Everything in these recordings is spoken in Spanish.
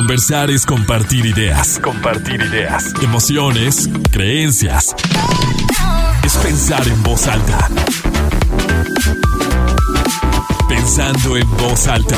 Conversar es compartir ideas. Compartir ideas. Emociones, creencias. Es pensar en voz alta. Pensando en voz alta.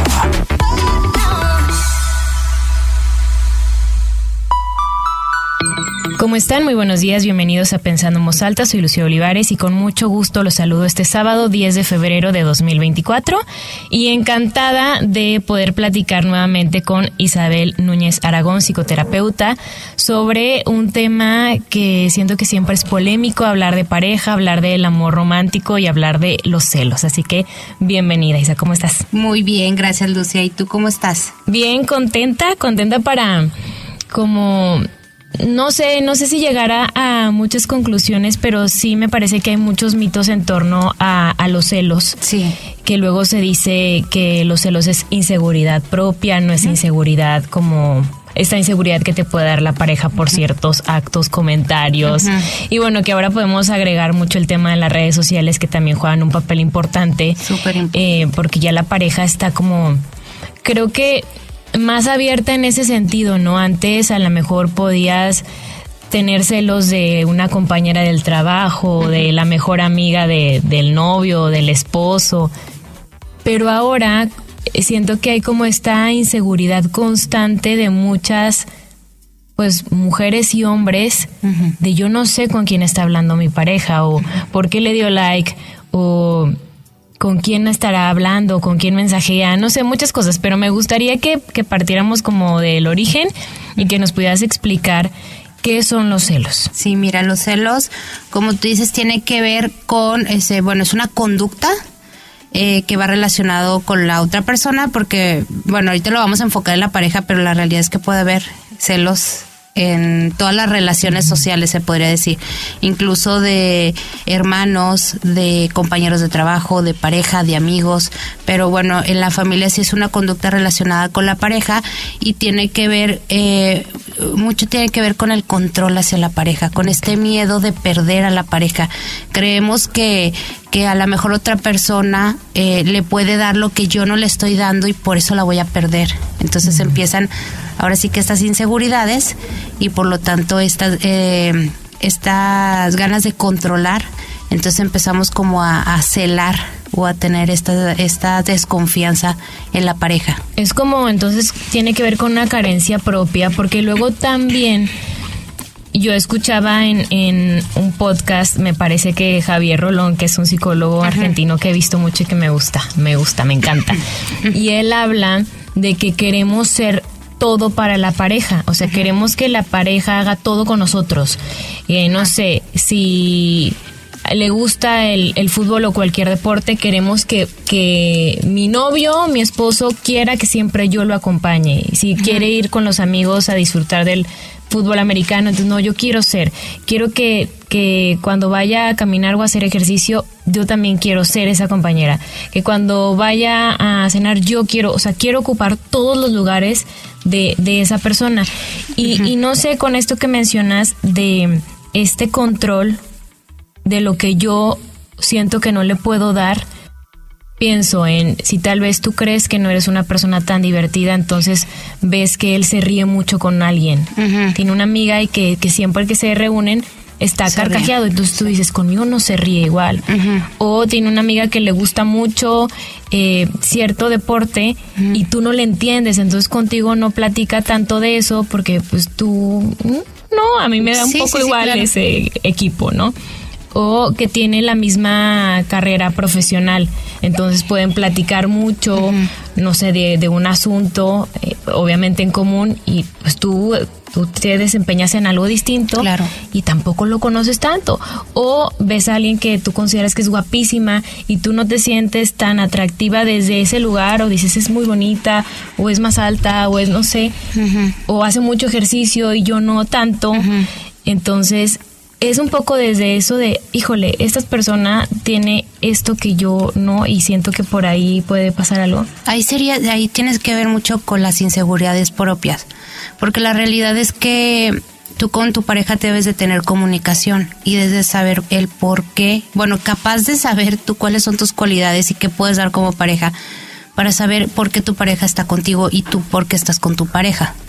¿Cómo están? Muy buenos días, bienvenidos a Pensando en Voz Alta. Soy Lucía Olivares y con mucho gusto los saludo este sábado 10 de febrero de 2024 y encantada de poder platicar nuevamente con Isabel Núñez Aragón, psicoterapeuta, sobre un tema que siento que siempre es polémico: hablar de pareja, hablar del amor romántico y hablar de los celos. Así que bienvenida, Isa, ¿cómo estás? Muy bien, gracias, Lucía. ¿Y tú cómo estás? Bien, contenta para como... No sé si llegará a muchas conclusiones, pero sí me parece que hay muchos mitos en torno a los celos. Sí. Que luego se dice que los celos es inseguridad propia, no es inseguridad como esta inseguridad que te puede dar la pareja por ciertos actos, comentarios. Y bueno, que ahora podemos agregar mucho el tema de las redes sociales, que también juegan un papel importante. Súper importante. Porque ya la pareja está como, creo que más abierta en ese sentido, ¿no? Antes a lo mejor podías tener celos de una compañera del trabajo, de la mejor amiga del novio, del esposo, pero ahora siento que hay como esta inseguridad constante de muchas, pues, mujeres y hombres, de yo no sé con quién está hablando mi pareja, o por qué le dio like, o con quién estará hablando, con quién mensajea, no sé, muchas cosas, pero me gustaría que partiéramos como del origen y que nos pudieras explicar qué son los celos. Sí, mira, los celos, como tú dices, tiene que ver con es una conducta que va relacionado con la otra persona, porque, bueno, ahorita lo vamos a enfocar en la pareja, pero la realidad es que puede haber celos en todas las relaciones sociales, se podría decir, incluso de hermanos, de compañeros de trabajo, de pareja, de amigos, pero bueno, en la familia sí es una conducta relacionada con la pareja y tiene que ver, mucho tiene que ver con el control hacia la pareja, con este miedo de perder a la pareja. Creemos que a lo mejor otra persona le puede dar lo que yo no le estoy dando y por eso la voy a perder. Entonces empiezan ahora sí que estas inseguridades y por lo tanto estas ganas de controlar. Entonces empezamos como a celar o a tener esta desconfianza en la pareja. Es como, entonces tiene que ver con una carencia propia, porque luego también yo escuchaba en un podcast, me parece que Javier Rolón, que es un psicólogo argentino que he visto mucho y que me gusta, me encanta. Y él habla de que queremos ser todo para la pareja, o sea, queremos que la pareja haga todo con nosotros. No sé, si le gusta el fútbol o cualquier deporte, queremos que mi novio, mi esposo, quiera que siempre yo lo acompañe. Si quiere ir con los amigos a disfrutar del fútbol americano, entonces no, yo quiero que cuando vaya a caminar o a hacer ejercicio, yo también quiero ser esa compañera. Que cuando vaya a cenar, yo quiero ocupar todos los lugares de esa persona. Y no sé, con esto que mencionas de este control de lo que yo siento que no le puedo dar, pienso en si tal vez tú crees que no eres una persona tan divertida, entonces ves que él se ríe mucho con alguien. Tiene una amiga y que siempre que se reúnen está carcajeado, entonces tú dices, conmigo no se ríe igual. O tiene una amiga que le gusta mucho cierto deporte y tú no le entiendes, entonces contigo no platica tanto de eso porque pues tú, no, a mí me da un poco igual, claro, ese equipo, ¿no? O que tiene la misma carrera profesional, entonces pueden platicar mucho, no sé, de un asunto, obviamente en común, y pues tú te desempeñas en algo distinto, claro, y tampoco lo conoces tanto. O ves a alguien que tú consideras que es guapísima y tú no te sientes tan atractiva desde ese lugar, o dices es muy bonita, o es más alta, o es no sé, o hace mucho ejercicio y yo no tanto. Entonces es un poco desde eso de, híjole, esta persona tiene esto que yo no, y siento que por ahí puede pasar algo. Ahí tienes que ver mucho con las inseguridades propias, porque la realidad es que tú con tu pareja debes de tener comunicación y debes de saber el por qué, bueno, capaz de saber tú cuáles son tus cualidades y qué puedes dar como pareja, para saber por qué tu pareja está contigo y tú por qué estás con tu pareja.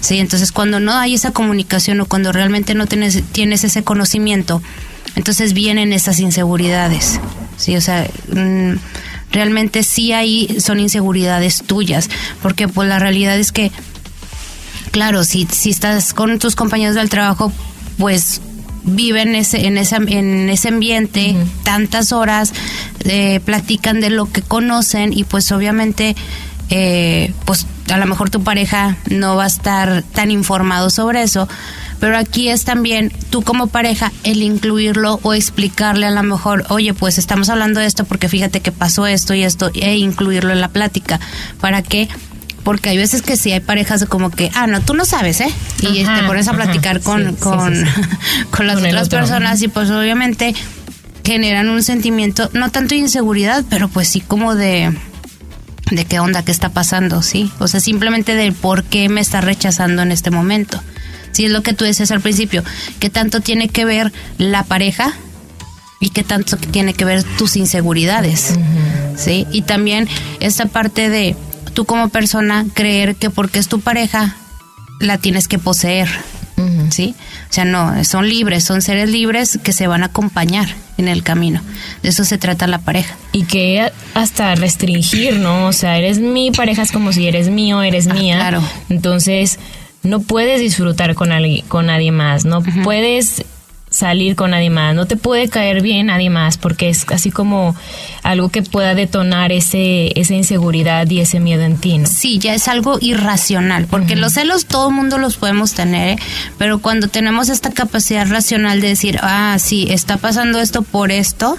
Sí, entonces cuando no hay esa comunicación o cuando realmente no tienes ese conocimiento, entonces vienen esas inseguridades. Sí, o sea, realmente sí ahí son inseguridades tuyas, porque pues la realidad es que, claro, si estás con tus compañeros del trabajo, pues viven en ese ambiente tantas horas, platican de lo que conocen y pues obviamente pues a lo mejor tu pareja no va a estar tan informado sobre eso, pero aquí es también tú como pareja el incluirlo o explicarle a lo mejor, oye, pues estamos hablando de esto porque fíjate que pasó esto y esto, e incluirlo en la plática. ¿Para qué? Porque hay veces que sí hay parejas de como que, no, tú no sabes, y te pones a platicar con las otras personas y pues obviamente generan un sentimiento, no tanto de inseguridad, pero pues sí como de qué onda, qué está pasando, ¿sí? O sea, simplemente del por qué me está rechazando en este momento. Sí, es lo que tú decías al principio, qué tanto tiene que ver la pareja y qué tanto tiene que ver tus inseguridades, ¿sí? Y también esta parte de tú como persona creer que porque es tu pareja la tienes que poseer, ¿sí? O sea, no, son libres, son seres libres que se van a acompañar en el camino. De eso se trata la pareja. Y que hasta restringir, ¿no? O sea, eres mi pareja, es como si eres mío, eres mía. Claro. Entonces, no puedes disfrutar con nadie más, no puedes salir con nadie más, no te puede caer bien nadie más, porque es así como algo que pueda detonar esa inseguridad y ese miedo en ti, ¿no? Sí, ya es algo irracional, porque los celos todo el mundo los podemos tener, pero cuando tenemos esta capacidad racional de decir, sí, está pasando esto por esto,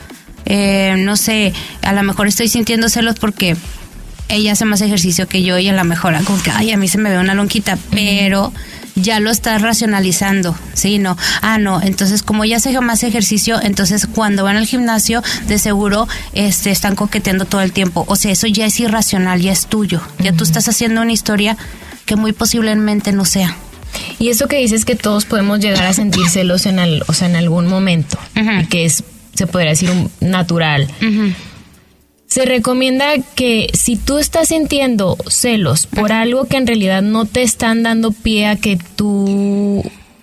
no sé, a lo mejor estoy sintiendo celos porque ella hace más ejercicio que yo y a lo mejor como que, a mí se me ve una lonjita, pero ya lo estás racionalizando, ¿sí? No, entonces como ella hace más ejercicio, entonces cuando van al gimnasio, de seguro están coqueteando todo el tiempo. O sea, eso ya es irracional, ya es tuyo. Ya tú estás haciendo una historia que muy posiblemente no sea. Y eso que dices que todos podemos llegar a sentir celos en algún momento, y que se podría decir natural. Se recomienda que si tú estás sintiendo celos por algo que en realidad no te están dando pie a que tú...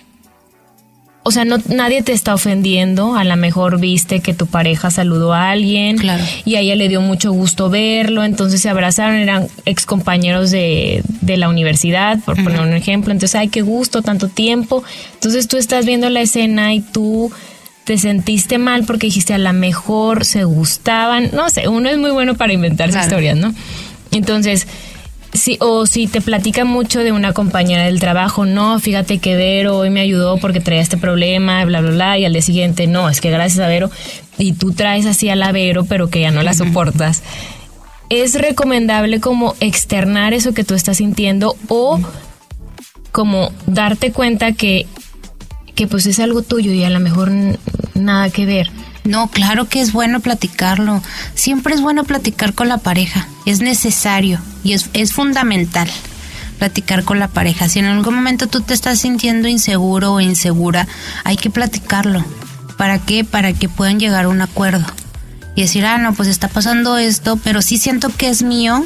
O sea, nadie te está ofendiendo. A lo mejor viste que tu pareja saludó a alguien, claro, y a ella le dio mucho gusto verlo, entonces se abrazaron, eran excompañeros de la universidad, por poner un ejemplo. Entonces, ay, qué gusto, tanto tiempo. Entonces tú estás viendo la escena y tú te sentiste mal porque dijiste a lo mejor se gustaban, no sé, uno es muy bueno para inventarse historias, ¿no? Entonces, si te platica mucho de una compañera del trabajo, no, fíjate que Vero hoy me ayudó porque traía este problema, bla, bla, bla, y al día siguiente, no, es que gracias a Vero, y tú traes así a la Vero, pero que ya no la soportas. Es recomendable como externar eso que tú estás sintiendo o como darte cuenta que pues es algo tuyo y a lo mejor nada que ver. No, claro que es bueno platicarlo. Siempre es bueno platicar con la pareja. Es necesario y es fundamental platicar con la pareja. Si en algún momento tú te estás sintiendo inseguro o insegura, hay que platicarlo. ¿Para qué? Para que puedan llegar a un acuerdo. Y decir, no, pues está pasando esto, pero sí siento que es mío.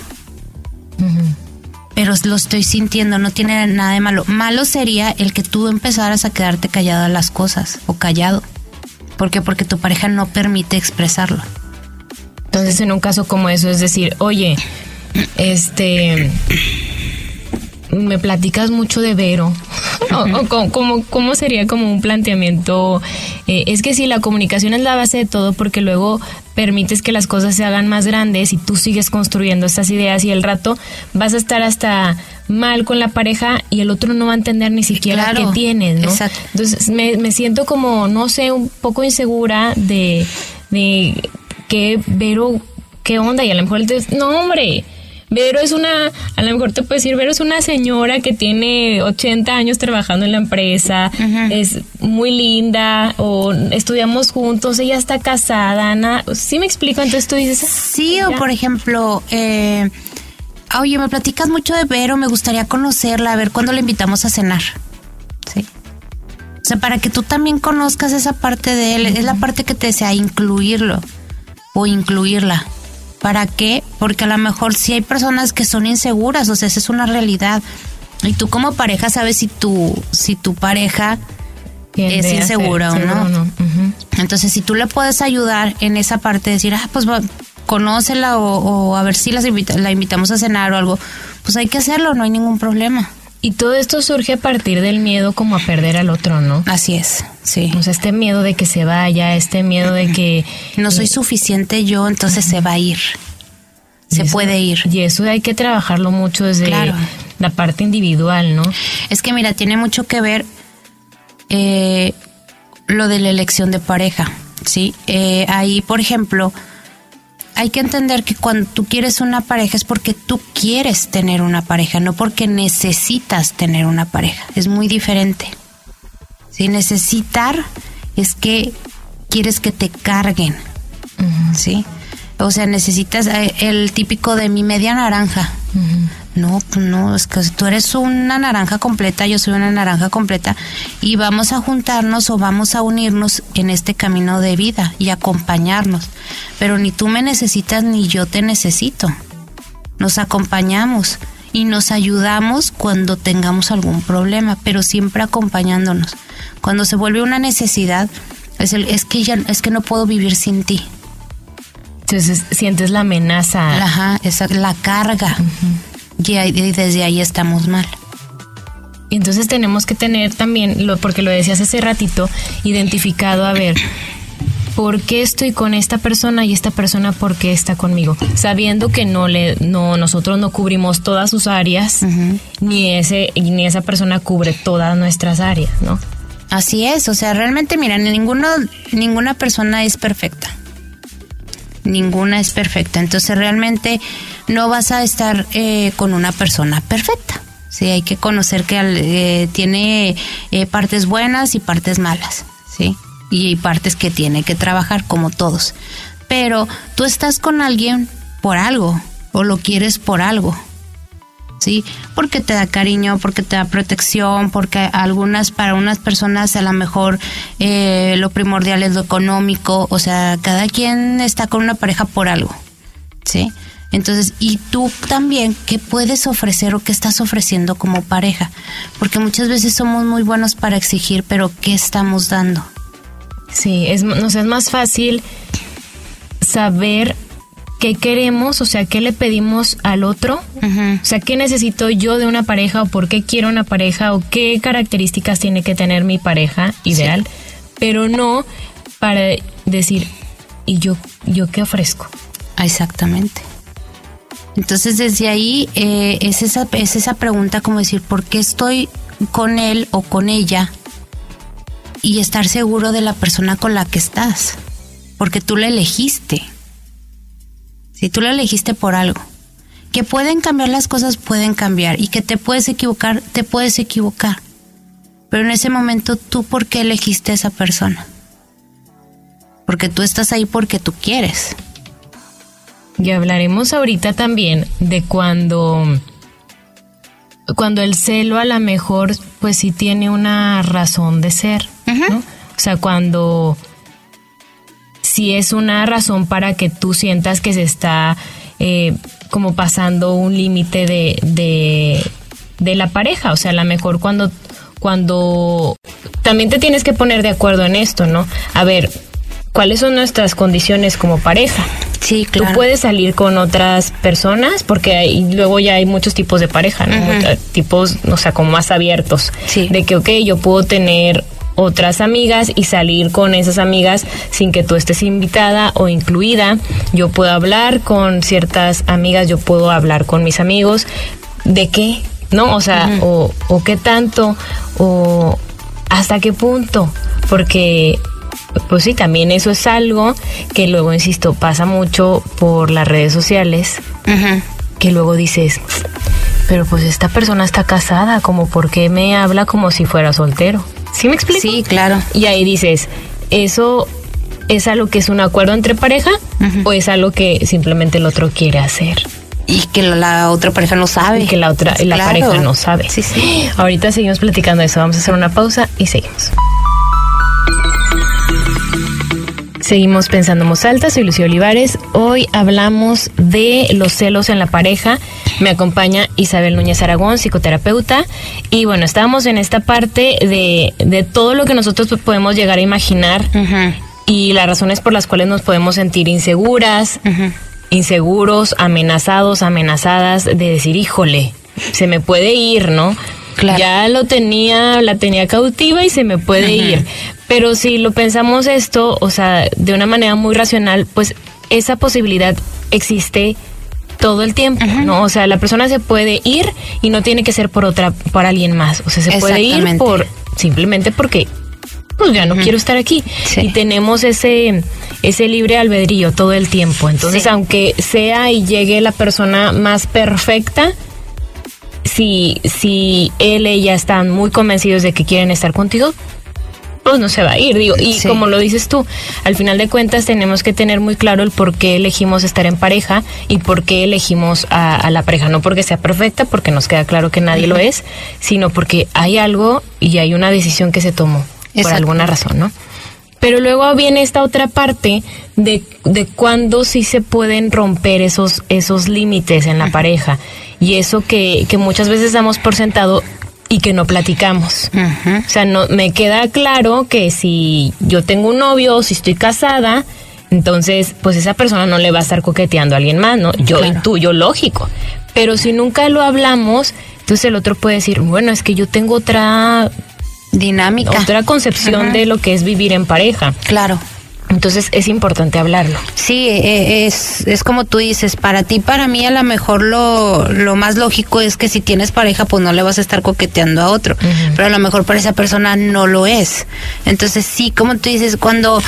Pero lo estoy sintiendo, no tiene nada de malo. Malo sería el que tú empezaras a quedarte callado a las cosas o callado. ¿Por qué? Porque tu pareja no permite expresarlo. Entonces, en un caso como eso, es decir, oye, me platicas mucho de Vero. ¿Cómo sería como un planteamiento? Es que sí, la comunicación es la base de todo, porque luego permites que las cosas se hagan más grandes y tú sigues construyendo estas ideas y al rato vas a estar hasta mal con la pareja y el otro no va a entender ni siquiera qué tienes, ¿no? Exacto. Entonces me siento como, no sé, un poco insegura de que Vero, ¿qué onda? Y a lo mejor él te dice, no, hombre, Vero a lo mejor te puede decir, Vero es una señora que tiene 80 años trabajando en la empresa, es muy linda, o estudiamos juntos, ella está casada, ¿sí me explico? Entonces tú dices... Sí, o por ejemplo, oye, me platicas mucho de Vero, me gustaría conocerla, a ver cuándo la invitamos a cenar, ¿sí? O sea, para que tú también conozcas esa parte de él, es la parte que te desea incluirlo o incluirla. ¿Para qué? Porque a lo mejor sí hay personas que son inseguras, o sea, esa es una realidad. Y tú como pareja sabes si tu pareja es insegura o no. Uh-huh. Entonces, si tú le puedes ayudar en esa parte de decir, pues conócela o a ver si la invitamos a cenar o algo, pues hay que hacerlo, no hay ningún problema. Y todo esto surge a partir del miedo como a perder al otro, ¿no? Así es, sí. O sea, este miedo de que se vaya, este miedo de que... No soy suficiente yo, entonces se va a ir. Se puede ir. Y eso hay que trabajarlo mucho desde la parte individual, ¿no? Es que mira, tiene mucho que ver lo de la elección de pareja, ¿sí? Ahí, por ejemplo, hay que entender que cuando tú quieres una pareja es porque tú quieres tener una pareja, no porque necesitas tener una pareja. Es muy diferente. ¿Sí? Necesitar es que quieres que te carguen, uh-huh. ¿Sí? O sea, necesitas el típico de mi media naranja. Uh-huh. No, pues no, es que tú eres una naranja completa, yo soy una naranja completa y vamos a juntarnos o vamos a unirnos en este camino de vida y acompañarnos. Pero ni tú me necesitas ni yo te necesito. Nos acompañamos y nos ayudamos cuando tengamos algún problema, pero siempre acompañándonos. Cuando se vuelve una necesidad, es que no puedo vivir sin ti. Entonces sientes la amenaza. Ajá, la carga. Uh-huh. Y desde ahí estamos mal. Y entonces tenemos que tener también, porque lo decías hace ratito, identificado, a ver, ¿por qué estoy con esta persona y esta persona por qué está conmigo? Sabiendo que nosotros no cubrimos todas sus áreas, uh-huh. ni esa persona cubre todas nuestras áreas, ¿no? Así es, o sea, realmente, mira, ninguna persona es perfecta. Ninguna es perfecta, entonces realmente no vas a estar con una persona perfecta. Sí, hay que conocer que tiene partes buenas y partes malas, sí, y partes que tiene que trabajar como todos. Pero tú estás con alguien por algo o lo quieres por algo, sí, porque te da cariño, porque te da protección, porque para unas personas a lo mejor lo primordial es lo económico. O sea, cada quien está con una pareja por algo, sí. Entonces, y tú también, ¿qué puedes ofrecer o qué estás ofreciendo como pareja? Porque muchas veces somos muy buenos para exigir, pero ¿qué estamos dando? Sí, nos es más fácil saber qué queremos, o sea, qué le pedimos al otro, uh-huh. O sea, qué necesito yo de una pareja o por qué quiero una pareja o qué características tiene que tener mi pareja ideal, sí. Pero no para decir, ¿y yo qué ofrezco? Exactamente. Entonces, desde ahí es esa pregunta como decir, ¿por qué estoy con él o con ella? Y estar seguro de la persona con la que estás, porque tú la elegiste. Si tú la elegiste por algo. Que pueden cambiar las cosas, pueden cambiar. Y que te puedes equivocar, te puedes equivocar. Pero en ese momento, ¿tú por qué elegiste a esa persona? Porque tú estás ahí porque tú quieres. Y hablaremos ahorita también de cuando el celo a lo mejor pues sí tiene una razón de ser, uh-huh. ¿no? O sea, cuando sí es una razón para que tú sientas que se está como pasando un límite de la pareja. O sea, a lo mejor cuando también te tienes que poner de acuerdo en esto, ¿no? A ver, ¿cuáles son nuestras condiciones como pareja? Sí, claro. Tú puedes salir con otras personas porque luego ya hay muchos tipos de pareja, ¿no? Uh-huh. Tipos, o sea, como más abiertos. Sí. De que, yo puedo tener otras amigas y salir con esas amigas sin que tú estés invitada o incluida. Yo puedo hablar con ciertas amigas, yo puedo hablar con mis amigos. ¿De qué? ¿No? O sea, uh-huh. o qué tanto, o hasta qué punto. Porque pues sí, también eso es algo que luego, insisto, pasa mucho por las redes sociales, uh-huh. Que luego dices, pero pues esta persona está casada, como por qué me habla como si fuera soltero. ¿Sí me explico? Sí, claro. Y ahí dices, ¿eso es algo que es un acuerdo entre pareja, uh-huh. o es algo que simplemente el otro quiere hacer? Y que la otra pareja no sabe. Y que la claro. pareja no sabe. Sí, sí. Ahorita seguimos platicando de eso. Vamos a hacer una pausa y seguimos. Seguimos pensando en voz alta, soy Lucía Olivares. Hoy hablamos de los celos en la pareja. Me acompaña Isabel Núñez Aragón, psicoterapeuta. Y bueno, estábamos en esta parte de todo lo que nosotros podemos llegar a imaginar y las razones por las cuales nos podemos sentir inseguras, inseguros, amenazados, amenazadas, de decir, híjole, se me puede ir, ¿no? Claro. Ya la tenía cautiva y se me puede ir. Pero si lo pensamos esto, o sea, de una manera muy racional, pues esa posibilidad existe todo el tiempo, ¿no? O sea, la persona se puede ir y no tiene que ser por alguien más. O sea, se puede ir simplemente porque pues ya no quiero estar aquí. Sí. Y tenemos ese libre albedrío todo el tiempo. Entonces, aunque sea y llegue la persona más perfecta, si ella están muy convencidos de que quieren estar contigo, pues no se va a ir, digo. Y como lo dices tú, al final de cuentas tenemos que tener muy claro el por qué elegimos estar en pareja y por qué elegimos a la pareja. No porque sea perfecta, porque nos queda claro que nadie lo es, sino porque hay algo y hay una decisión que se tomó por alguna razón, ¿no? Pero luego viene esta otra parte de cuándo sí se pueden romper esos límites en la pareja, y eso que muchas veces damos por sentado y que no platicamos. O sea, no me queda claro que si yo tengo un novio o si estoy casada, entonces pues esa persona no le va a estar coqueteando a alguien más, ¿no? Yo intuyo, lógico. Pero si nunca lo hablamos, entonces el otro puede decir, bueno, es que yo tengo otra dinámica, otra concepción de lo que es vivir en pareja. Claro. Entonces es importante hablarlo. Sí, es como tú dices, para ti, para mí a lo mejor lo más lógico es que si tienes pareja pues no le vas a estar coqueteando a otro, pero a lo mejor para esa persona no lo es. Entonces sí, como tú dices, cuando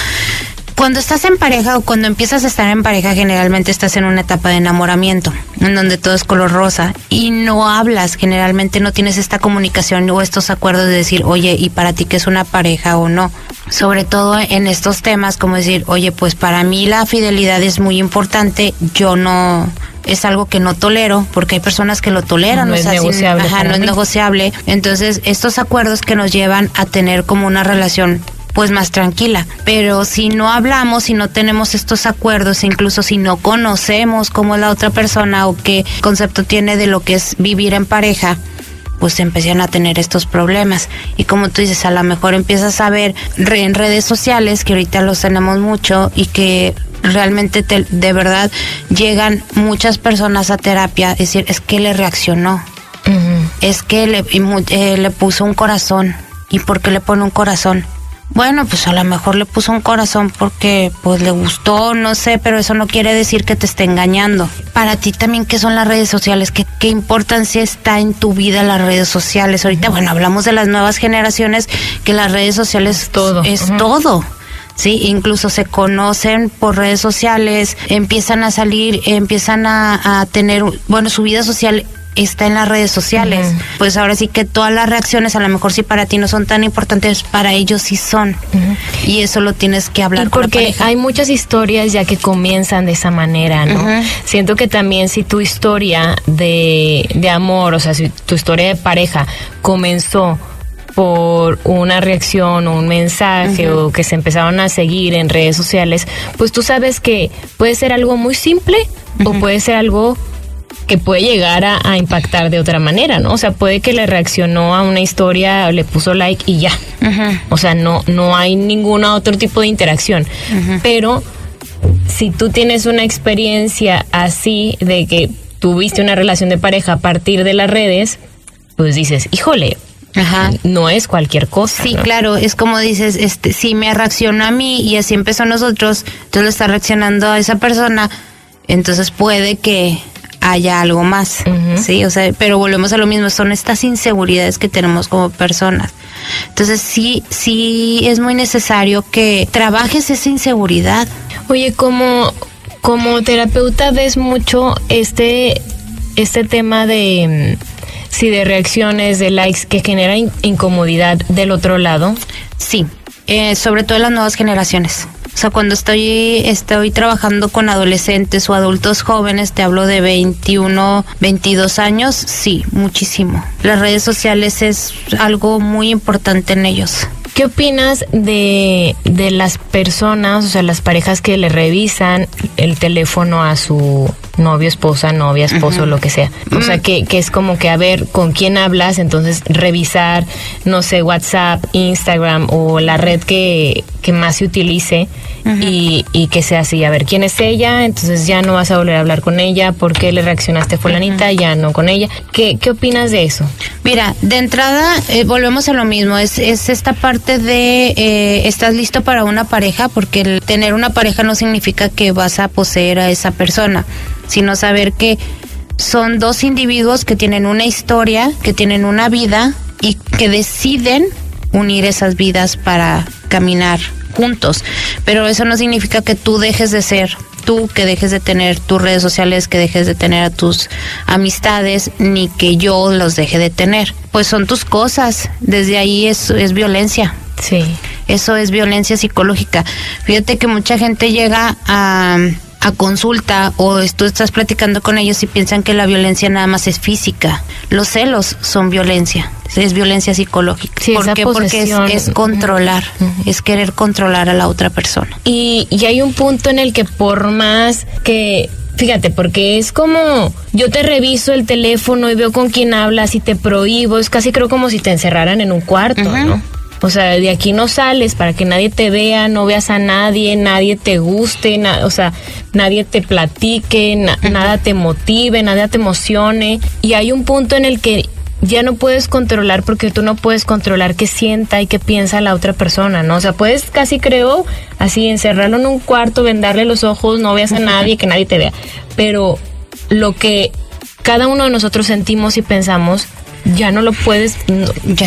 estás en pareja o cuando empiezas a estar en pareja, generalmente estás en una etapa de enamoramiento, en donde todo es color rosa y no hablas, generalmente no tienes esta comunicación o estos acuerdos de decir, oye, ¿y para ti qué es una pareja o no? Sobre todo en estos temas, como decir, oye, pues para mí la fidelidad es muy importante, yo no... es algo que no tolero, porque hay personas que lo toleran. No es negociable. No es negociable. Entonces, estos acuerdos que nos llevan a tener como una relación pues más tranquila, pero si no hablamos, si no tenemos estos acuerdos, incluso si no conocemos cómo es la otra persona o qué concepto tiene de lo que es vivir en pareja, pues se empiezan a tener estos problemas. Y como tú dices, a lo mejor empiezas a ver en redes sociales, que ahorita los tenemos mucho y que realmente de verdad llegan muchas personas a terapia, es decir, es que le reaccionó, es que le puso un corazón. ¿Y por qué le pone un corazón? Bueno, pues a lo mejor le puso un corazón porque pues le gustó, no sé, pero eso no quiere decir que te esté engañando. Para ti también, ¿qué son las redes sociales? ¿Qué importancia está en tu vida las redes sociales? Ahorita, bueno, hablamos de las nuevas generaciones, que las redes sociales es todo. Sí, incluso se conocen por redes sociales, empiezan a salir, empiezan a tener, bueno, su vida social está en las redes sociales. Pues ahora sí que todas las reacciones, a lo mejor si para ti no son tan importantes, para ellos sí son. Y eso lo tienes que hablar con la pareja. Porque hay muchas historias ya que comienzan de esa manera, ¿no? Siento que también si tu historia de amor, o sea, si tu historia de pareja comenzó por una reacción o un mensaje o que se empezaron a seguir en redes sociales, pues tú sabes que puede ser algo muy simple o puede ser algo que puede llegar a impactar de otra manera, ¿no? O sea, puede que le reaccionó a una historia, le puso like y ya. O sea, no hay ningún otro tipo de interacción. Pero si tú tienes una experiencia así de que tuviste una relación de pareja a partir de las redes, pues dices, híjole, no es cualquier cosa. Sí, ¿no? claro, es como dices, si me reaccionó a mí y así empezó a nosotros, entonces le está reaccionando a esa persona, entonces puede que haya algo más, ¿sí? O sea, pero volvemos a lo mismo, son estas inseguridades que tenemos como personas. Entonces sí es muy necesario que trabajes esa inseguridad. Oye, como terapeuta ves mucho este tema de reacciones, de likes que generan incomodidad del otro lado. Sí, sobre todo en las nuevas generaciones. O sea, cuando estoy trabajando con adolescentes o adultos jóvenes, te hablo de 21, 22 años, sí, muchísimo. Las redes sociales es algo muy importante en ellos. ¿Qué opinas de las personas, o sea, las parejas que le revisan el teléfono a su novio, esposa, novia, esposo, lo que sea? O sea, que es como que a ver con quién hablas, entonces revisar, no sé, WhatsApp, Instagram o la red que más se utilice y que sea así, a ver quién es ella, entonces ya no vas a volver a hablar con ella, ¿por qué le reaccionaste fulanita? Ya no con ella. ¿Qué opinas de eso? Mira, de entrada volvemos a lo mismo, es esta parte de estás listo para una pareja, porque el tener una pareja no significa que vas a poseer a esa persona, sino saber que son dos individuos que tienen una historia, que tienen una vida y que deciden unir esas vidas para caminar juntos. Pero eso no significa que tú dejes de ser tú, que dejes de tener tus redes sociales, que dejes de tener a tus amistades, ni que yo los deje de tener. Pues son tus cosas. Desde ahí es violencia. Sí. Eso es violencia psicológica. Fíjate que mucha gente llega a consulta o tú estás platicando con ellos y piensan que la violencia nada más es física. Los celos son violencia, es violencia psicológica. Sí, ¿Por qué? Porque es controlar, es querer controlar a la otra persona. Y hay un punto en el que por más que... Fíjate, porque es como yo te reviso el teléfono y veo con quién hablas y te prohíbo, es casi creo como si te encerraran en un cuarto, ¿no? O sea, de aquí no sales para que nadie te vea, no veas a nadie, nadie te guste, o sea, nadie te platique, nada te motive, nada te emocione. Y hay un punto en el que ya no puedes controlar, porque tú no puedes controlar qué sienta y qué piensa la otra persona, ¿no? O sea, puedes casi creo así encerrarlo en un cuarto, vendarle los ojos, no veas a nadie, que nadie te vea. Pero lo que cada uno de nosotros sentimos y pensamos, ya no lo puedes, no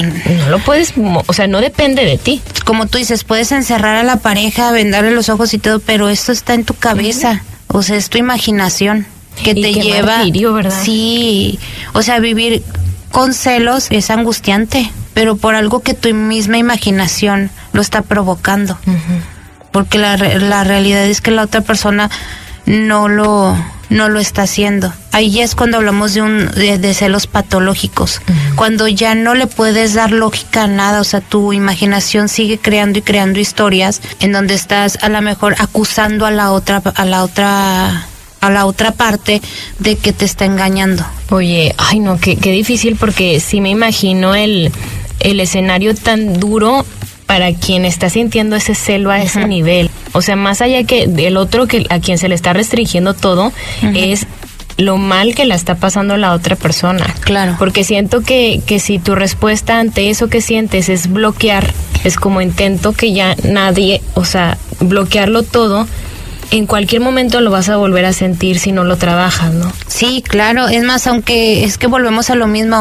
lo puedes, o sea, no depende de ti. Como tú dices, puedes encerrar a la pareja, vendarle los ojos y todo, pero esto está en tu cabeza, o sea, es tu imaginación que te lleva. Martirio, ¿verdad? Sí, o sea, vivir con celos es angustiante, pero por algo que tu misma imaginación lo está provocando, porque la realidad es que la otra persona no lo está haciendo. Ahí es cuando hablamos de celos patológicos, cuando ya no le puedes dar lógica a nada, o sea, tu imaginación sigue creando y creando historias en donde estás a lo mejor acusando a la otra parte de que te está engañando. Oye, ay no, qué difícil, porque sí me imagino el escenario tan duro para quien está sintiendo ese celo a ese nivel. O sea, más allá que del otro que a quien se le está restringiendo todo, es lo mal que la está pasando la otra persona. Claro. Porque siento que si tu respuesta ante eso que sientes es bloquear, es como intento que ya nadie, o sea, bloquearlo todo, en cualquier momento lo vas a volver a sentir si no lo trabajas, ¿no? Sí, claro. Es más, aunque es que volvemos a lo mismo,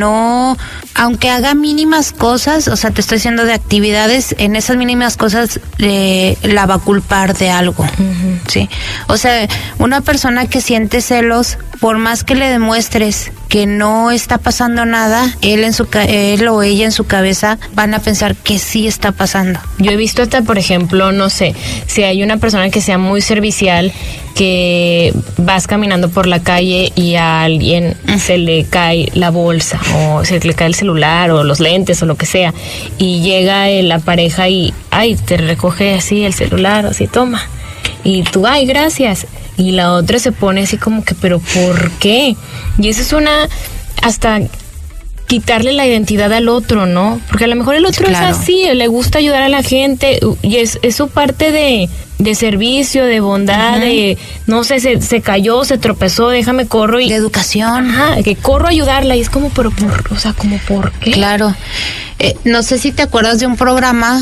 aunque haga mínimas cosas, o sea, te estoy diciendo de actividades, en esas mínimas cosas la va a culpar de algo, ¿sí? O sea, una persona que siente celos, por más que le demuestres que no está pasando nada, él o ella en su cabeza van a pensar que sí está pasando. Yo he visto hasta, por ejemplo, no sé, si hay una persona que sea muy servicial, que vas caminando por la calle y a alguien se le cae la bolsa o se le cae el celular o los lentes o lo que sea, y llega la pareja y te recoge así el celular, así toma, y tú, gracias, y la otra se pone así como que, pero ¿por qué? Y eso es hasta quitarle la identidad al otro, ¿no? Porque a lo mejor el otro claro. es así, le gusta ayudar a la gente y es su parte de servicio, de bondad, de, no sé, se cayó, se tropezó, déjame corro y... De educación. Ajá, que corro a ayudarla y es como, pero ¿por qué? Claro. No sé si te acuerdas de un programa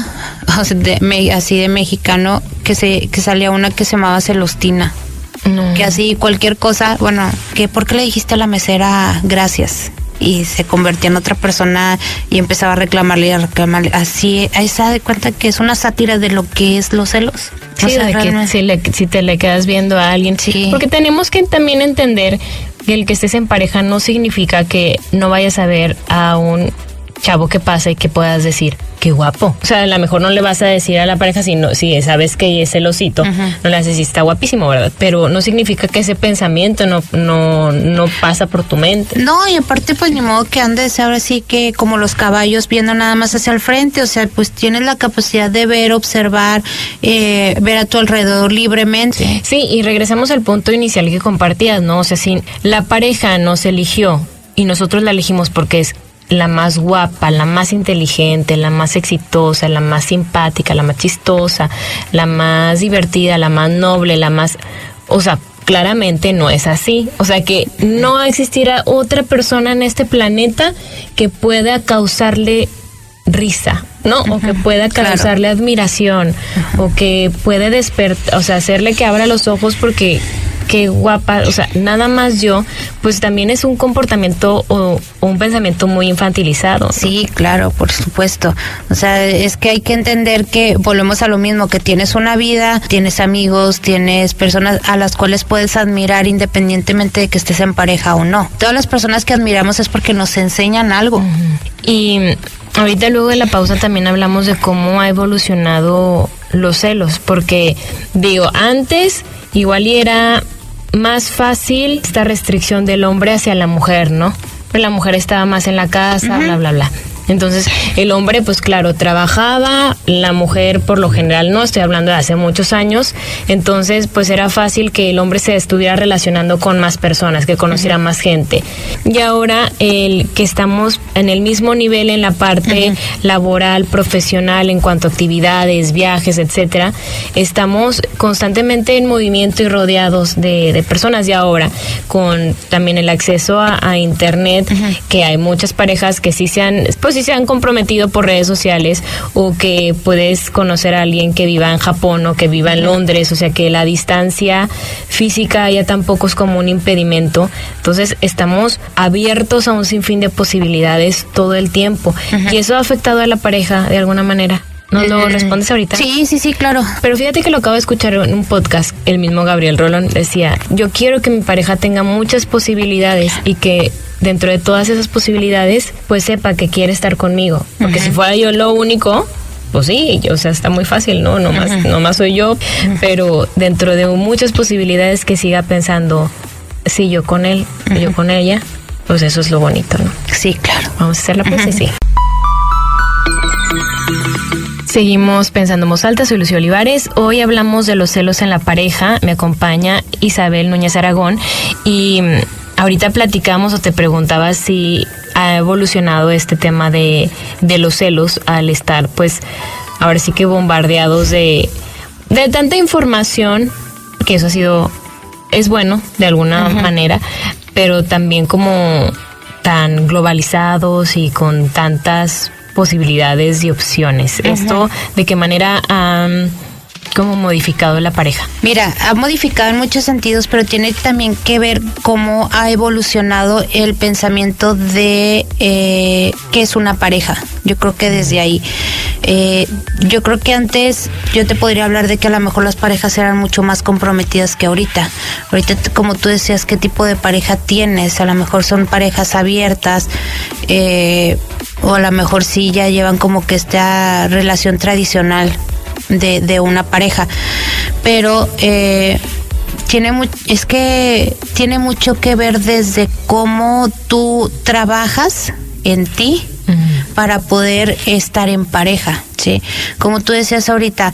así de mexicano que salía una que se llamaba Celostina. No. Que así cualquier cosa, bueno, que ¿por qué le dijiste a la mesera gracias? Y se convertía en otra persona y empezaba a reclamarle. Así, ahí se da cuenta que es una sátira de lo que es los celos. Sí, o sea, de que si te le quedas viendo a alguien. Sí. Porque tenemos que también entender que el que estés en pareja no significa que no vayas a ver a un chavo que pasa y que puedas decir, qué guapo. O sea, a lo mejor no le vas a decir a la pareja si sabes que es celosito, no le vas a decir está guapísimo, ¿verdad? Pero no significa que ese pensamiento no pasa por tu mente. No, y aparte pues ni modo que andes ahora sí que como los caballos viendo nada más hacia el frente, o sea, pues tienes la capacidad de ver, observar, ver a tu alrededor libremente. Sí, y regresamos al punto inicial que compartías, ¿no? O sea, si la pareja nos eligió y nosotros la elegimos porque es la más guapa, la más inteligente, la más exitosa, la más simpática, la más chistosa, la más divertida, la más noble, la más... O sea, claramente no es así. O sea, que no existirá otra persona en este planeta que pueda causarle risa, ¿no? O que pueda causarle admiración, o que puede despertar, o sea, hacerle que abra los ojos porque... qué guapa, o sea, nada más yo, pues también es un comportamiento o un pensamiento muy infantilizado. Sí, claro, por supuesto. O sea, es que hay que entender que volvemos a lo mismo, que tienes una vida, tienes amigos, tienes personas a las cuales puedes admirar independientemente de que estés en pareja o no. Todas las personas que admiramos es porque nos enseñan algo. Y ahorita luego de la pausa también hablamos de cómo ha evolucionado los celos, porque digo, antes igual y era más fácil esta restricción del hombre hacia la mujer, ¿no? Pero la mujer estaba más en la casa, bla, bla, bla. Entonces, el hombre, pues claro, trabajaba, la mujer por lo general no, estoy hablando de hace muchos años, entonces pues era fácil que el hombre se estuviera relacionando con más personas, que conociera más gente. Y ahora el que estamos en el mismo nivel en la parte laboral, profesional, en cuanto a actividades, viajes, etcétera, estamos constantemente en movimiento y rodeados de personas. Y ahora, con también el acceso a internet, que hay muchas parejas que sí se han comprometido por redes sociales, o que puedes conocer a alguien que viva en Japón o que viva en Londres, o sea que la distancia física ya tampoco es como un impedimento. Entonces estamos abiertos a un sinfín de posibilidades todo el tiempo, y eso ha afectado a la pareja de alguna manera. ¿Nos lo respondes ahorita? Sí, claro. Pero fíjate que lo acabo de escuchar en un podcast. El mismo Gabriel Rolón decía, yo quiero que mi pareja tenga muchas posibilidades y que dentro de todas esas posibilidades, pues sepa que quiere estar conmigo. Porque si fuera yo lo único, pues sí, o sea, está muy fácil, ¿no? Nomás soy yo. Pero dentro de muchas posibilidades que siga pensando, sí, yo con él, yo con ella, pues eso es lo bonito, ¿no? Sí, claro. Vamos a hacer la pose, sí. Seguimos pensando en voz alta, soy Lucía Olivares. Hoy hablamos de los celos en la pareja. Me acompaña Isabel Núñez Aragón y ahorita platicamos o te preguntaba si ha evolucionado este tema de los celos al estar, pues, ahora sí que bombardeados de tanta información, que eso es bueno de alguna manera, pero también como tan globalizados y con tantas posibilidades y opciones. ¿Esto de qué manera ha como modificado la pareja? Mira, ha modificado en muchos sentidos, pero tiene también que ver cómo ha evolucionado el pensamiento de qué es una pareja. Yo creo que desde ahí. Yo creo que antes yo te podría hablar de que a lo mejor las parejas eran mucho más comprometidas que ahorita. Ahorita, como tú decías, ¿qué tipo de pareja tienes? A lo mejor son parejas abiertas, o a lo mejor sí ya llevan como que esta relación tradicional de una pareja, pero tiene mucho que ver desde cómo tú trabajas en ti para poder estar en pareja, ¿sí? Como tú decías ahorita,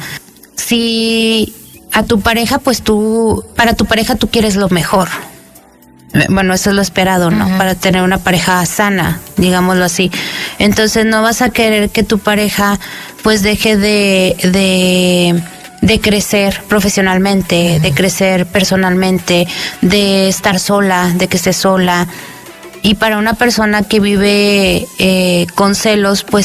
si a tu pareja, pues para tu pareja tú quieres lo mejor. Bueno, eso es lo esperado, ¿no? Para tener una pareja sana, digámoslo así. Entonces no vas a querer que tu pareja pues deje de crecer profesionalmente, de crecer personalmente, de estar sola, de que esté sola. Y para una persona que vive con celos, pues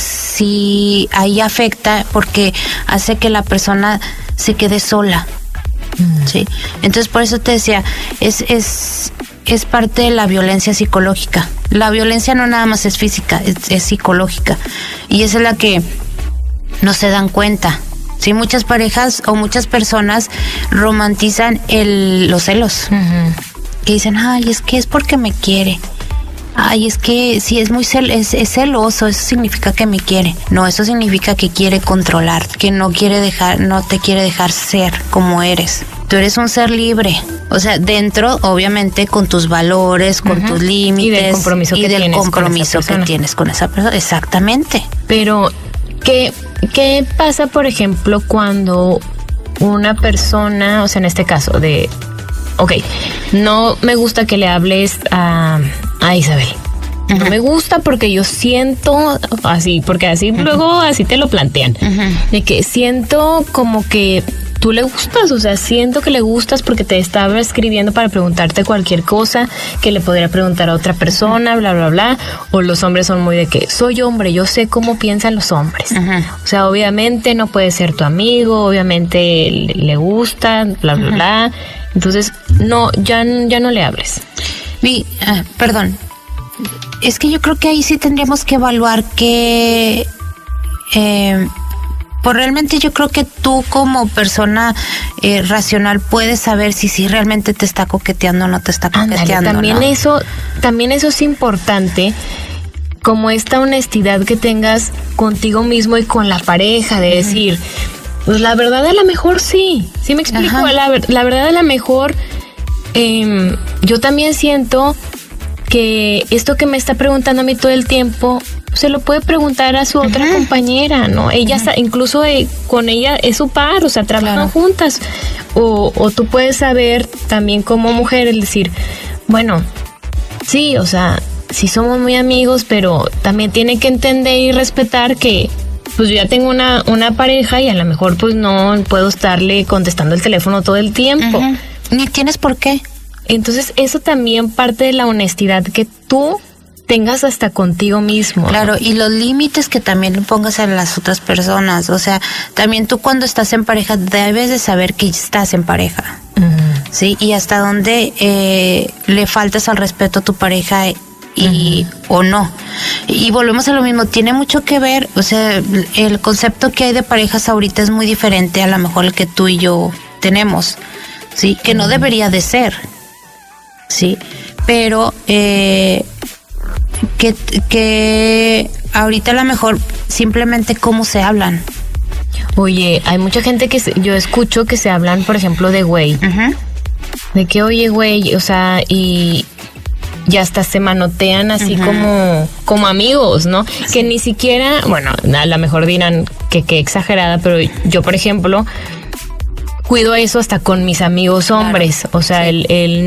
sí ahí afecta, porque hace que la persona se quede sola. Sí. Entonces por eso te decía, es parte de la violencia psicológica. La violencia no nada más es física, es psicológica, y esa es la que no se dan cuenta. Sí, muchas parejas o muchas personas romantizan los celos, que dicen, ay, es que es porque me quiere. ay, es que si es muy es celoso, eso significa que me quiere. No, eso significa que quiere controlar, que no te quiere dejar ser como eres. Tú eres un ser libre, o sea, dentro, obviamente, con tus valores, con tus límites. Y del compromiso que tienes con esa persona. Exactamente. Pero, ¿qué pasa, por ejemplo, cuando una persona, o sea, en este caso, no me gusta que le hables a Isabel. No me gusta porque yo siento así, porque así luego así te lo plantean. De que siento como que tú le gustas, o sea, siento que le gustas porque te estaba escribiendo para preguntarte cualquier cosa que le podría preguntar a otra persona, bla, bla, bla. O los hombres son muy de que soy hombre, yo sé cómo piensan los hombres. O sea, obviamente no puede ser tu amigo, obviamente le gusta, bla, bla, bla. Entonces, no, ya no le hables. Perdón. Es que yo creo que ahí sí tendríamos que evaluar que pues realmente yo creo que tú como persona racional puedes saber si realmente te está coqueteando o no te está coqueteando. Ándale, también eso es importante, como esta honestidad que tengas contigo mismo y con la pareja, de decir, pues la verdad a lo mejor sí me explico, la verdad a lo mejor yo también siento que esto que me está preguntando a mí todo el tiempo se lo puede preguntar a su otra compañera, ¿no? Ella incluso con ella es su par, o sea, trabajan juntas. O tú puedes saber también como mujer el decir, bueno, sí, o sea, sí somos muy amigos, pero también tiene que entender y respetar que pues yo ya tengo una pareja y a lo mejor pues no puedo estarle contestando el teléfono todo el tiempo. Ni tienes por qué. Entonces eso también parte de la honestidad que tú tengas hasta contigo mismo. Claro, y los límites que también pongas a las otras personas. O sea, también tú cuando estás en pareja debes de saber que estás en pareja. ¿Sí? Y hasta dónde le faltas al respeto a tu pareja o no. Y volvemos a lo mismo, tiene mucho que ver, o sea, el concepto que hay de parejas ahorita es muy diferente a lo mejor el que tú y yo tenemos. Sí, que no debería de ser. Sí, pero que ahorita a lo mejor simplemente cómo se hablan. Oye, hay mucha gente que yo escucho que se hablan, por ejemplo, de güey. De que, oye, güey, o sea, y hasta se manotean así como amigos, ¿no? Sí. Que ni siquiera, bueno, a lo mejor dirán que exagerada, pero yo, por ejemplo, cuido eso hasta con mis amigos hombres. Claro. O sea, sí.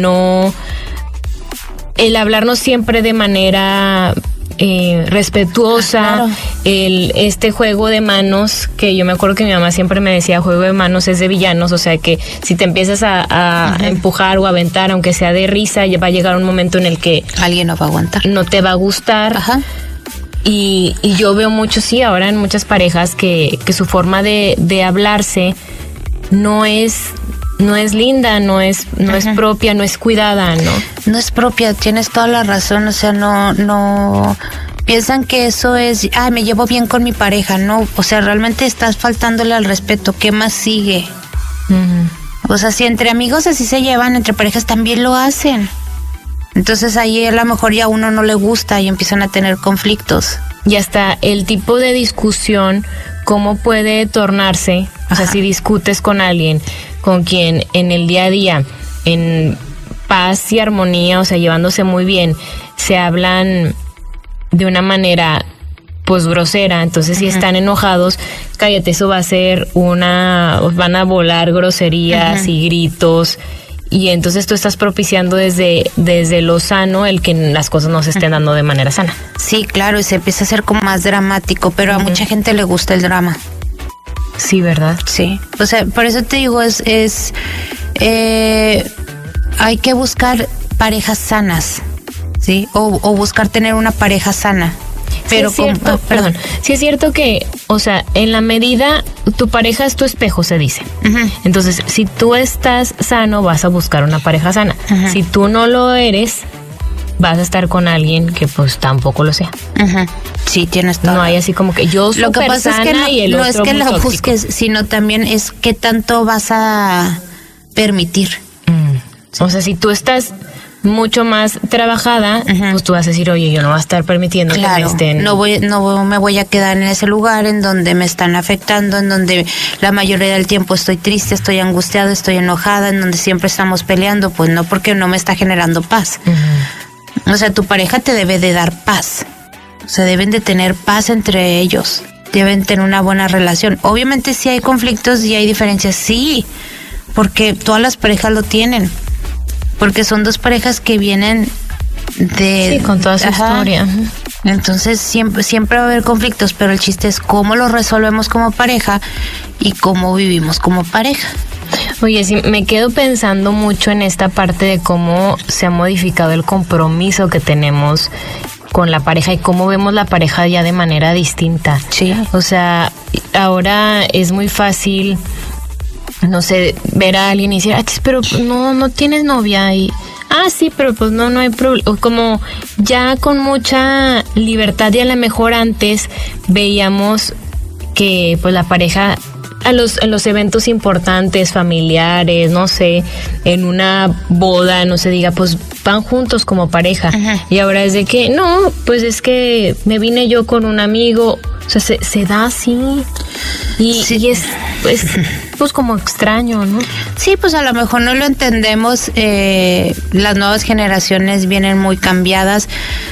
el hablarnos siempre de manera respetuosa. Claro. Este juego de manos, que yo me acuerdo que mi mamá siempre me decía, juego de manos es de villanos, o sea que si te empiezas a empujar o aventar, aunque sea de risa, ya va a llegar un momento en el que alguien no va a aguantar, no te va a gustar. Y yo veo mucho, sí, ahora en muchas parejas que su forma de hablarse no es linda, no es propia, no es cuidada, ¿no? No es propia, tienes toda la razón, o sea, no piensan que eso es, me llevo bien con mi pareja, no, o sea, realmente estás faltándole al respeto. ¿Qué más sigue? O sea, si entre amigos así se llevan, entre parejas también lo hacen. Entonces ahí a lo mejor ya a uno no le gusta y empiezan a tener conflictos. Y hasta el tipo de discusión, cómo puede tornarse, o sea, si discutes con alguien con quien en el día a día, en paz y armonía, o sea, llevándose muy bien, se hablan de una manera pues grosera, entonces si están enojados, cállate, eso va a ser van a volar groserías y gritos, y entonces tú estás propiciando desde lo sano el que las cosas no se estén dando de manera sana. Sí, claro, y se empieza a hacer como más dramático, pero a mucha gente le gusta el drama. Sí, ¿verdad? Sí, o sea, por eso te digo, hay que buscar parejas sanas, ¿sí? O buscar tener una pareja sana. Pero sí es cierto, sí es cierto que, o sea, en la medida, tu pareja es tu espejo, se dice. Entonces, si tú estás sano, vas a buscar una pareja sana. Si tú no lo eres, vas a estar con alguien que pues tampoco lo sea. Sí, tienes todo. No hay así como que yo lo que pasa sana es que y el no otro es que muy lo tóxico. busques, sino también es qué tanto vas a permitir. Sí. O sea, si tú estás mucho más trabajada, pues tú vas a decir, oye, yo no voy a estar permitiendo que me estén... No me voy a quedar en ese lugar en donde me están afectando, en donde la mayoría del tiempo estoy triste, estoy angustiada, estoy enojada, en donde siempre estamos peleando, pues no, porque no me está generando paz. O sea, tu pareja te debe de dar paz. O sea, deben de tener paz entre ellos. Deben tener una buena relación. Obviamente sí hay conflictos y hay diferencias, sí, porque todas las parejas lo tienen. Porque son dos parejas que vienen de... Sí, con toda su historia. Entonces siempre va a haber conflictos, pero el chiste es cómo los resolvemos como pareja y cómo vivimos como pareja. Oye, sí, me quedo pensando mucho en esta parte de cómo se ha modificado el compromiso que tenemos con la pareja y cómo vemos la pareja ya de manera distinta. Sí. O sea, ahora es muy fácil... no sé, ver a alguien y decir, pero no tienes novia y... sí, pero pues no hay problema. Como ya con mucha libertad, y a lo mejor antes veíamos que pues la pareja en los eventos importantes, familiares, no sé, en una boda, no se diga, pues van juntos como pareja. Y ahora es de que, no, pues es que me vine yo con un amigo. O sea, se da así y es pues como extraño, ¿no? Sí, pues a lo mejor no lo entendemos. Las nuevas generaciones vienen muy cambiadas.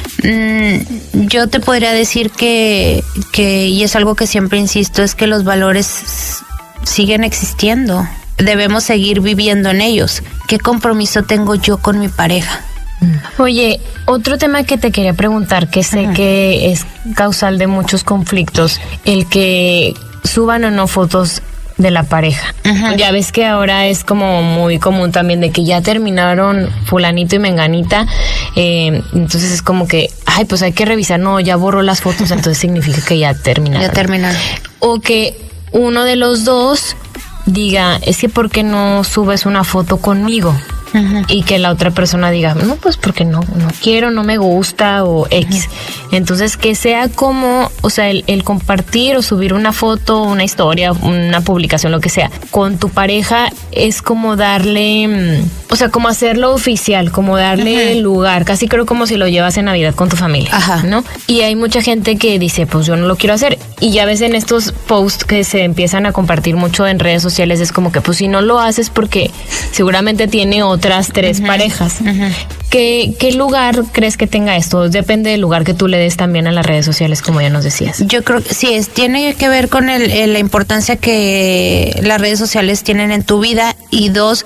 Yo te podría decir que y es algo que siempre insisto, es que los valores siguen existiendo. Debemos seguir viviendo en ellos. ¿Qué compromiso tengo yo con mi pareja? Oye, otro tema que te quería preguntar, que sé que es causal de muchos conflictos, el que suban o no fotos de la pareja. Ya ves que ahora es como muy común también de que ya terminaron fulanito y menganita, entonces es como que, pues hay que revisar, no, ya borró las fotos, entonces significa que ya terminaron. Ya terminaron. O que uno de los dos diga, es que ¿por qué no subes una foto conmigo? Y que la otra persona diga, no, pues porque no quiero, no me gusta o X. Entonces que sea como, o sea, el compartir o subir una foto, una historia, una publicación, lo que sea, con tu pareja es como darle, o sea, como hacerlo oficial, como darle lugar, casi creo como si lo llevas en Navidad con tu familia, ¿no? Y hay mucha gente que dice, pues yo no lo quiero hacer. Y ya ves en estos posts que se empiezan a compartir mucho en redes sociales, es como que pues si no lo haces porque seguramente tiene otras 3 parejas. ¿Qué lugar crees que tenga esto? Depende del lugar que tú le des también a las redes sociales, como ya nos decías. Yo creo que sí, tiene que ver con la importancia que las redes sociales tienen en tu vida, y 2,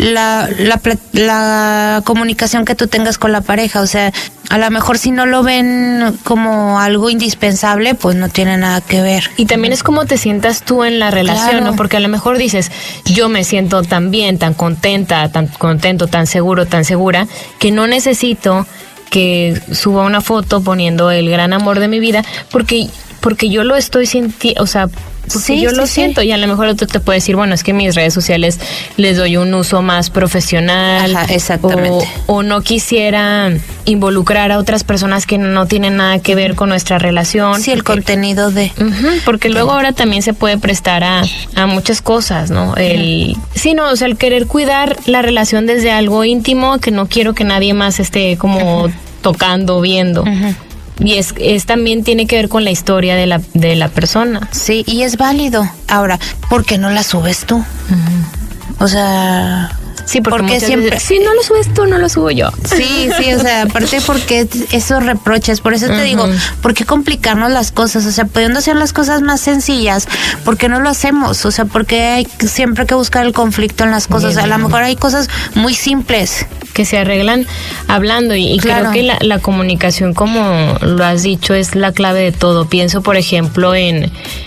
la comunicación que tú tengas con la pareja. O sea, a lo mejor si no lo ven como algo indispensable, pues no tiene nada que ver. Y también es como te sientas tú en la relación, claro, ¿no? Porque a lo mejor dices, yo me siento tan bien, tan contenta, tan contento, tan seguro, tan segura, que no necesito que suba una foto poniendo el gran amor de mi vida, porque yo lo estoy sintiendo, o sea, porque yo lo siento. Y a lo mejor otro te puede decir, bueno, es que mis redes sociales les doy un uso más profesional. Exactamente. O no quisiera involucrar a otras personas que no tienen nada que ver con nuestra relación. Sí, el contenido de... porque luego ahora también se puede prestar a muchas cosas, ¿no? El querer cuidar la relación desde algo íntimo, que no quiero que nadie más esté como tocando, viendo. Y es también tiene que ver con la historia de la persona. Sí, y es válido. Ahora, ¿por qué no la subes tú? O sea... Sí, porque siempre... Si no lo subes tú, no lo subo yo. Sí, o sea, aparte porque esos reproches, por eso te digo, ¿por qué complicarnos las cosas? O sea, pudiendo hacer las cosas más sencillas, ¿por qué no lo hacemos? O sea, porque hay siempre que buscar el conflicto en las cosas. A lo mejor hay cosas muy simples que se arreglan hablando, y claro, creo que la comunicación, como lo has dicho, es la clave de todo. Pienso, por ejemplo, en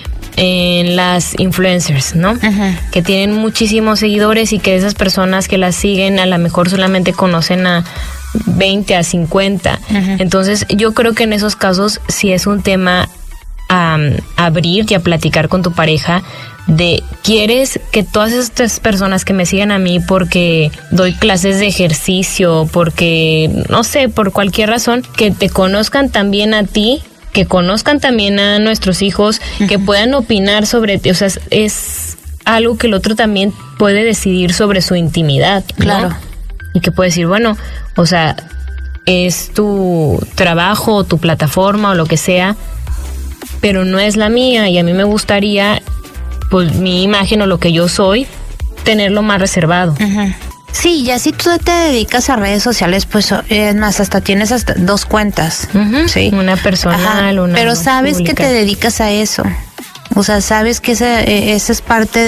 las influencers, ¿no? Que tienen muchísimos seguidores, y que esas personas que las siguen a lo mejor solamente conocen a 20, a 50. Entonces yo creo que en esos casos sí es un tema a abrir y a platicar con tu pareja, de ¿quieres que todas estas personas que me sigan a mí porque doy clases de ejercicio, porque no sé, por cualquier razón, que te conozcan también a ti, que conozcan también a nuestros hijos, que puedan opinar sobre ti? O sea, es algo que el otro también puede decidir sobre su intimidad, ¿no? Claro. Y que puede decir, bueno, O sea, es tu trabajo o tu plataforma o lo que sea, pero no es la mía, y a mí me gustaría, pues, mi imagen o lo que yo soy, tenerlo más reservado. Uh-huh. Sí, ya si tú te dedicas a redes sociales, pues es más, hasta tienes hasta 2 cuentas. Uh-huh. Sí. Una personal, una pero sabes pública. Que te dedicas a eso. O sea, sabes que esa es parte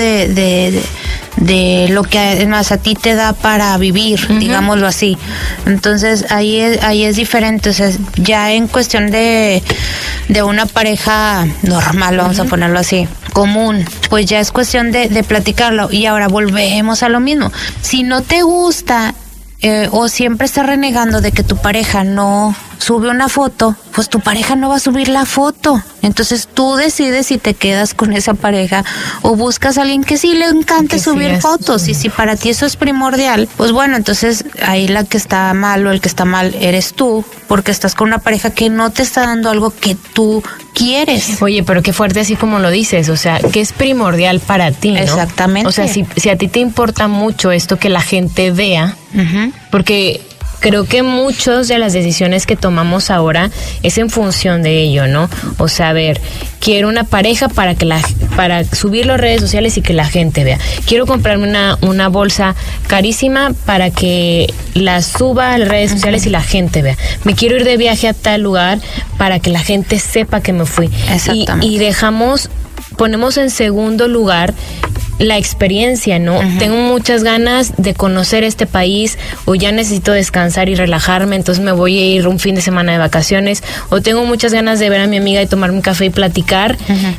de lo que además a ti te da para vivir, uh-huh, digámoslo así. Entonces ahí es diferente. O sea, ya en cuestión de una pareja normal, vamos, uh-huh, a ponerlo así, común, pues ya es cuestión de platicarlo. Y ahora volvemos a lo mismo. Si no te gusta o siempre estás renegando de que tu pareja no sube una foto, pues tu pareja no va a subir la foto. Entonces tú decides si te quedas con esa pareja o buscas a alguien que sí le encante subir fotos. Sí. Y si para ti eso es primordial, pues bueno, entonces ahí la que está mal o el que está mal eres tú, porque estás con una pareja que no te está dando algo que tú quieres. Oye, pero qué fuerte así como lo dices, o sea, que es primordial para ti, ¿no? Exactamente. O sea, si a ti te importa mucho esto que la gente vea, uh-huh, porque creo que muchas de las decisiones que tomamos ahora es en función de ello, ¿no? O sea, a ver, quiero una pareja para subirlo a redes sociales y que la gente vea. Quiero comprarme una bolsa carísima para que la suba a las redes sociales, uh-huh, y la gente vea. Me quiero ir de viaje a tal lugar para que la gente sepa que me fui. Exactamente. Y ponemos en segundo lugar la experiencia, ¿no? Uh-huh. Tengo muchas ganas de conocer este país, o ya necesito descansar y relajarme, entonces me voy a ir un fin de semana de vacaciones, o tengo muchas ganas de ver a mi amiga y tomarme un café y platicar, uh-huh,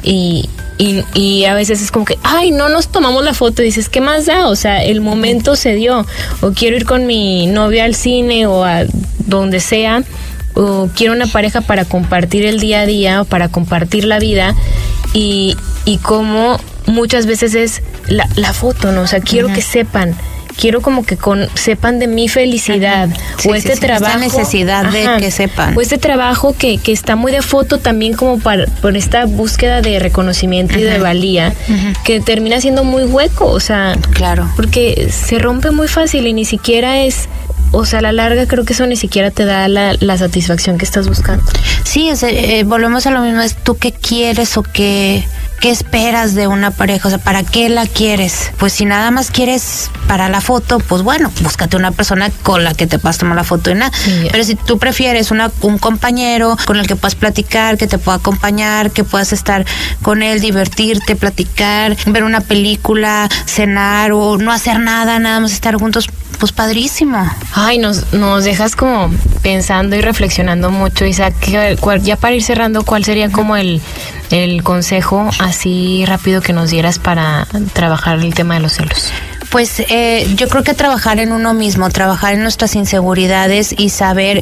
y a veces es como que, ay, no nos tomamos la foto, y dices, ¿qué más da? O sea, el momento se dio. O quiero ir con mi novia al cine o a donde sea, o quiero una pareja para compartir el día a día o para compartir la vida, y como muchas veces es la foto, ¿no? O sea, quiero, uh-huh, que sepan, quiero como que sepan de mi felicidad, uh-huh, o sí, trabajo, esta necesidad, ajá, de que sepan, o este trabajo que está muy de foto también, como por esta búsqueda de reconocimiento, uh-huh, y de valía, uh-huh, que termina siendo muy hueco, o sea, claro, porque se rompe muy fácil y ni siquiera es, o sea, a la larga creo que eso ni siquiera te da la satisfacción que estás buscando. Sí, volvemos a lo mismo, es tú qué quieres o qué esperas de una pareja, o sea, ¿para qué la quieres? Pues si nada más quieres para la foto, pues bueno, búscate una persona con la que te puedas tomar la foto y nada. Sí, pero si tú prefieres un compañero con el que puedas platicar, que te pueda acompañar, que puedas estar con él, divertirte, platicar, ver una película, cenar o no hacer nada más estar juntos, pues padrísimo. Ay, nos dejas como pensando y reflexionando mucho, Isa. Ya para ir cerrando, ¿cuál sería como el consejo así rápido que nos dieras para trabajar el tema de los celos? Pues yo creo que trabajar en uno mismo, trabajar en nuestras inseguridades y saber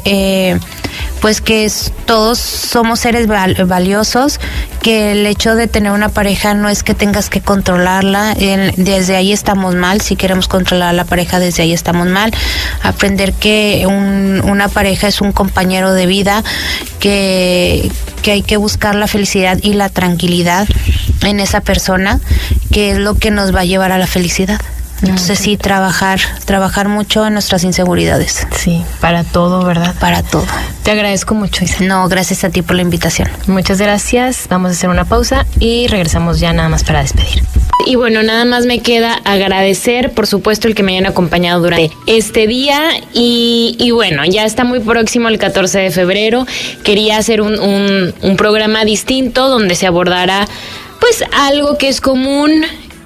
pues que todos somos seres valiosos, que el hecho de tener una pareja no es que tengas que controlarla, desde ahí estamos mal. Si queremos controlar a la pareja, desde ahí estamos mal. Aprender que una pareja es un compañero de vida, que hay que buscar la felicidad y la tranquilidad en esa persona, que es lo que nos va a llevar a la felicidad. Entonces sí, trabajar mucho en nuestras inseguridades. Sí, para todo, ¿verdad? Para todo. Te agradezco mucho, Isa. No, gracias a ti por la invitación. Muchas gracias. Vamos a hacer una pausa y regresamos ya nada más para despedir. Y bueno, nada más me queda agradecer, por supuesto, el que me hayan acompañado durante este día. Y bueno, ya está muy próximo el 14 de febrero. Quería hacer un programa distinto donde se abordara pues algo que es común,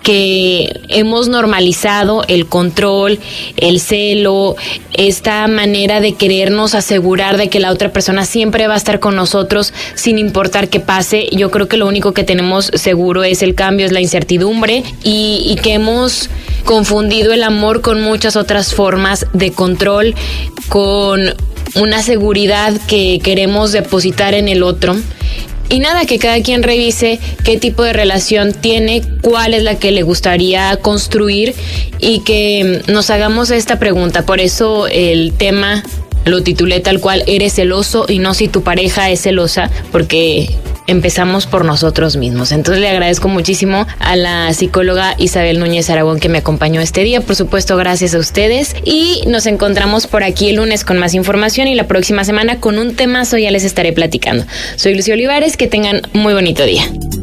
que hemos normalizado, el control, el celo, esta manera de querernos asegurar de que la otra persona siempre va a estar con nosotros sin importar qué pase. Yo creo que lo único que tenemos seguro es el cambio, es la incertidumbre, y que hemos confundido el amor con muchas otras formas de control, con una seguridad que queremos depositar en el otro. Y nada, que cada quien revise qué tipo de relación tiene, cuál es la que le gustaría construir, y que nos hagamos esta pregunta. Por eso el tema lo titulé tal cual: eres celoso, y no si tu pareja es celosa, porque empezamos por nosotros mismos. Entonces le agradezco muchísimo a la psicóloga Isabel Núñez Aragón que me acompañó este día. Por supuesto, gracias a ustedes. Y nos encontramos por aquí el lunes con más información y la próxima semana con un temazo ya les estaré platicando. Soy Lucy Olivares, que tengan muy bonito día.